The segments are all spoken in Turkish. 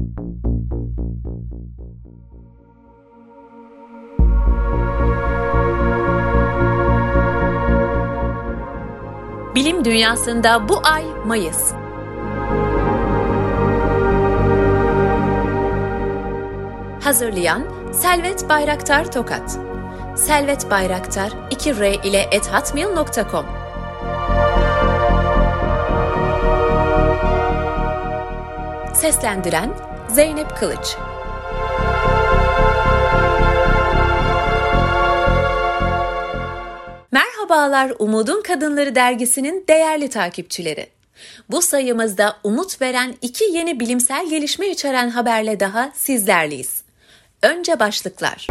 Bilim dünyasında bu ay Mayıs. Hazırlayan Selvet Bayraktar Tokat. Selvet Bayraktar 2r ile @hotmail.com. Seslendiren Zeynep Kılıç. Merhabalar Umudun Kadınları dergisinin değerli takipçileri. Bu sayımızda umut veren 2 yeni bilimsel gelişme içeren haberle daha sizlerleyiz. Önce başlıklar.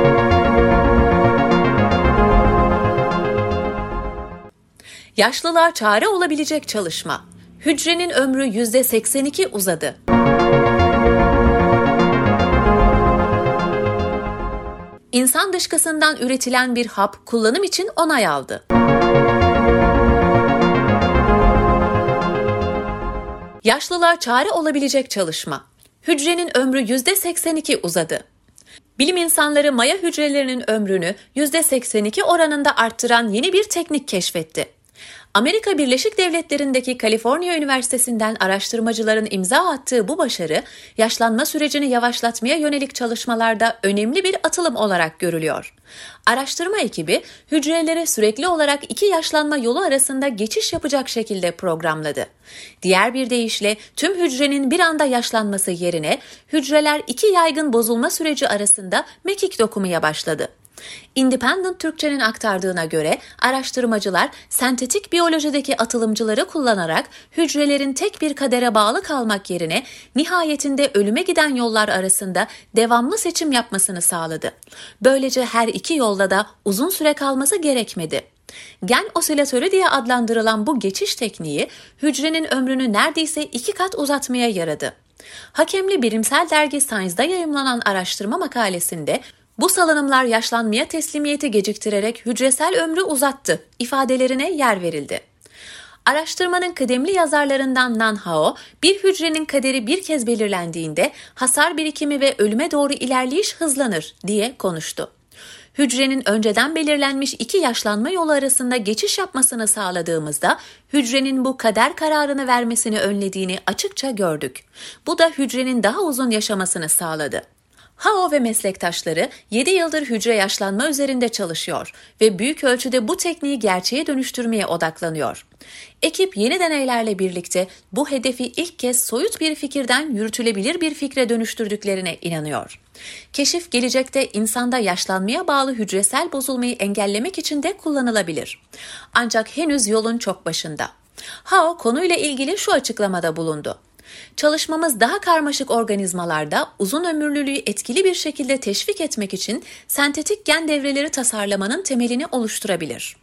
Yaşlılığa çare olabilecek çalışma. Hücrenin ömrü %82 uzadı. İnsan dışkısından üretilen bir hap kullanım için onay aldı. Yaşlılığa çare olabilecek çalışma. Hücrenin ömrü %82 uzadı. Bilim insanları maya hücrelerinin ömrünü %82 oranında arttıran yeni bir teknik keşfetti. Amerika Birleşik Devletleri'ndeki Kaliforniya Üniversitesi'nden araştırmacıların imza attığı bu başarı, yaşlanma sürecini yavaşlatmaya yönelik çalışmalarda önemli bir atılım olarak görülüyor. Araştırma ekibi, hücrelere sürekli olarak 2 yaşlanma yolu arasında geçiş yapacak şekilde programladı. Diğer bir deyişle tüm hücrenin bir anda yaşlanması yerine hücreler 2 yaygın bozulma süreci arasında mekik dokumaya başladı. Independent Türkçe'nin aktardığına göre araştırmacılar sentetik biyolojideki atılımcıları kullanarak hücrelerin tek bir kadere bağlı kalmak yerine nihayetinde ölüme giden yollar arasında devamlı seçim yapmasını sağladı. Böylece her 2 yolda da uzun süre kalması gerekmedi. Gen osilatörü diye adlandırılan bu geçiş tekniği hücrenin ömrünü neredeyse 2 kat uzatmaya yaradı. Hakemli bilimsel dergi Science'da yayımlanan araştırma makalesinde bu salınımlar yaşlanmaya teslimiyeti geciktirerek hücresel ömrü uzattı ifadelerine yer verildi. Araştırmanın kıdemli yazarlarından Nan Hao, bir hücrenin kaderi bir kez belirlendiğinde hasar birikimi ve ölüme doğru ilerleyiş hızlanır diye konuştu. Hücrenin önceden belirlenmiş 2 yaşlanma yolu arasında geçiş yapmasını sağladığımızda hücrenin bu kader kararını vermesini önlediğini açıkça gördük. Bu da hücrenin daha uzun yaşamasını sağladı. Hao ve meslektaşları 7 yıldır hücre yaşlanma üzerinde çalışıyor ve büyük ölçüde bu tekniği gerçeğe dönüştürmeye odaklanıyor. Ekip yeni deneylerle birlikte bu hedefi ilk kez soyut bir fikirden yürütülebilir bir fikre dönüştürdüklerine inanıyor. Keşif gelecekte insanda yaşlanmaya bağlı hücresel bozulmayı engellemek için de kullanılabilir. Ancak henüz yolun çok başında. Hao konuyla ilgili şu açıklamada bulundu. Çalışmamız daha karmaşık organizmalarda uzun ömürlülüğü etkili bir şekilde teşvik etmek için sentetik gen devreleri tasarlamanın temelini oluşturabilir.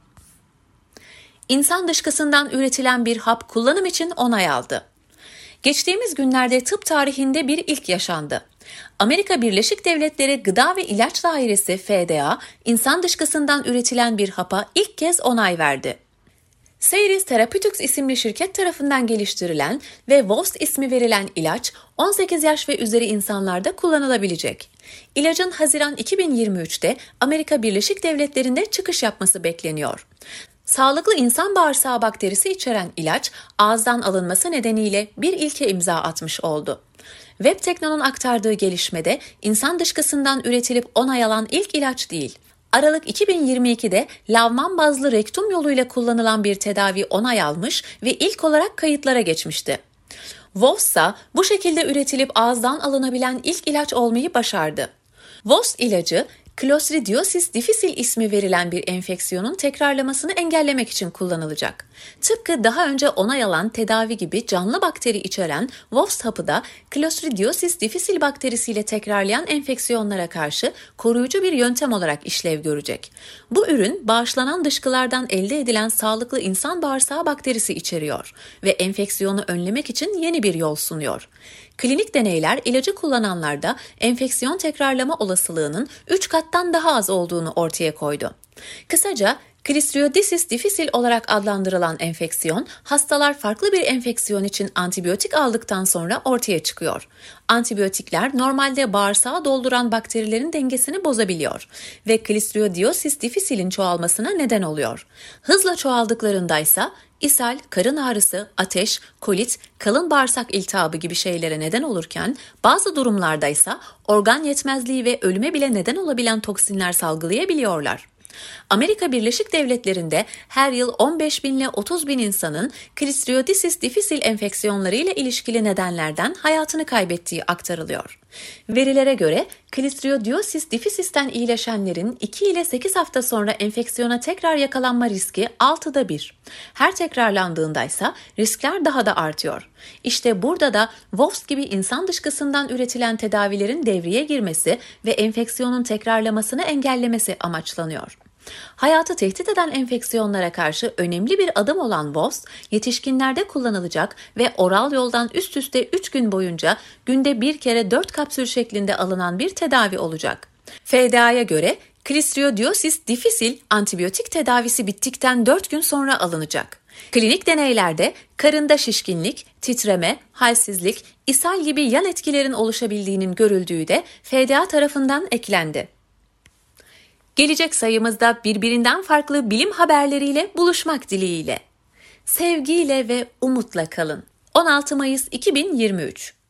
İnsan dışkısından üretilen bir hap kullanım için onay aldı. Geçtiğimiz günlerde tıp tarihinde bir ilk yaşandı. Amerika Birleşik Devletleri Gıda ve İlaç Dairesi FDA, insan dışkısından üretilen bir hapa ilk kez onay verdi. Seres Therapeutics isimli şirket tarafından geliştirilen ve Vost ismi verilen ilaç 18 yaş ve üzeri insanlarda kullanılabilecek. İlacın Haziran 2023'te Amerika Birleşik Devletleri'nde çıkış yapması bekleniyor. Sağlıklı insan bağırsağı bakterisi içeren ilaç ağızdan alınması nedeniyle bir ilke imza atmış oldu. WebTekno'nun aktardığı gelişmede insan dışkısından üretilip onay alan ilk ilaç değil. Aralık 2022'de lavman bazlı rektum yoluyla kullanılan bir tedavi onay almış ve ilk olarak kayıtlara geçmişti. Vosta bu şekilde üretilip ağızdan alınabilen ilk ilaç olmayı başardı. Vost ilacı, Clostridiosis difficile ismi verilen bir enfeksiyonun tekrarlamasını engellemek için kullanılacak. Tıpkı daha önce onay alan tedavi gibi canlı bakteri içeren Vost hapı da Clostridiosis difficile bakterisiyle tekrarlayan enfeksiyonlara karşı koruyucu bir yöntem olarak işlev görecek. Bu ürün bağışlanan dışkılardan elde edilen sağlıklı insan bağırsağı bakterisi içeriyor ve enfeksiyonu önlemek için yeni bir yol sunuyor. Klinik deneyler ilacı kullananlarda enfeksiyon tekrarlama olasılığının 3 kattan daha az olduğunu ortaya koydu. Kısaca Clostridioides difficile olarak adlandırılan enfeksiyon, hastalar farklı bir enfeksiyon için antibiyotik aldıktan sonra ortaya çıkıyor. Antibiyotikler normalde bağırsağı dolduran bakterilerin dengesini bozabiliyor ve Clostridioides difficile'in çoğalmasına neden oluyor. Hızla çoğaldıklarındaysa ishal, karın ağrısı, ateş, kolit, kalın bağırsak iltihabı gibi şeylere neden olurken bazı durumlardaysa organ yetmezliği ve ölüme bile neden olabilen toksinler salgılayabiliyorlar. Amerika Birleşik Devletleri'nde her yıl 15 bin ile 30 bin insanın Clostridioides difficile enfeksiyonları ile ilişkili nedenlerden hayatını kaybettiği aktarılıyor. Verilere göre Clostridioides difficile'den iyileşenlerin 2 ile 8 hafta sonra enfeksiyona tekrar yakalanma riski 6'da 1. Her tekrarlandığında ise riskler daha da artıyor. İşte burada da WOFS gibi insan dışkısından üretilen tedavilerin devreye girmesi ve enfeksiyonun tekrarlamasını engellemesi amaçlanıyor. Hayatı tehdit eden enfeksiyonlara karşı önemli bir adım olan WOFS, yetişkinlerde kullanılacak ve oral yoldan üst üste 3 gün boyunca günde bir kere 4 kapsül şeklinde alınan bir tedavi olacak. FDA'ya göre Clostridioides difficile antibiyotik tedavisi bittikten 4 gün sonra alınacak. Klinik deneylerde karında şişkinlik, titreme, halsizlik, ishal gibi yan etkilerin oluşabildiğinin görüldüğü de FDA tarafından eklendi. Gelecek sayımızda birbirinden farklı bilim haberleriyle buluşmak dileğiyle. Sevgiyle ve umutla kalın. 16 Mayıs 2023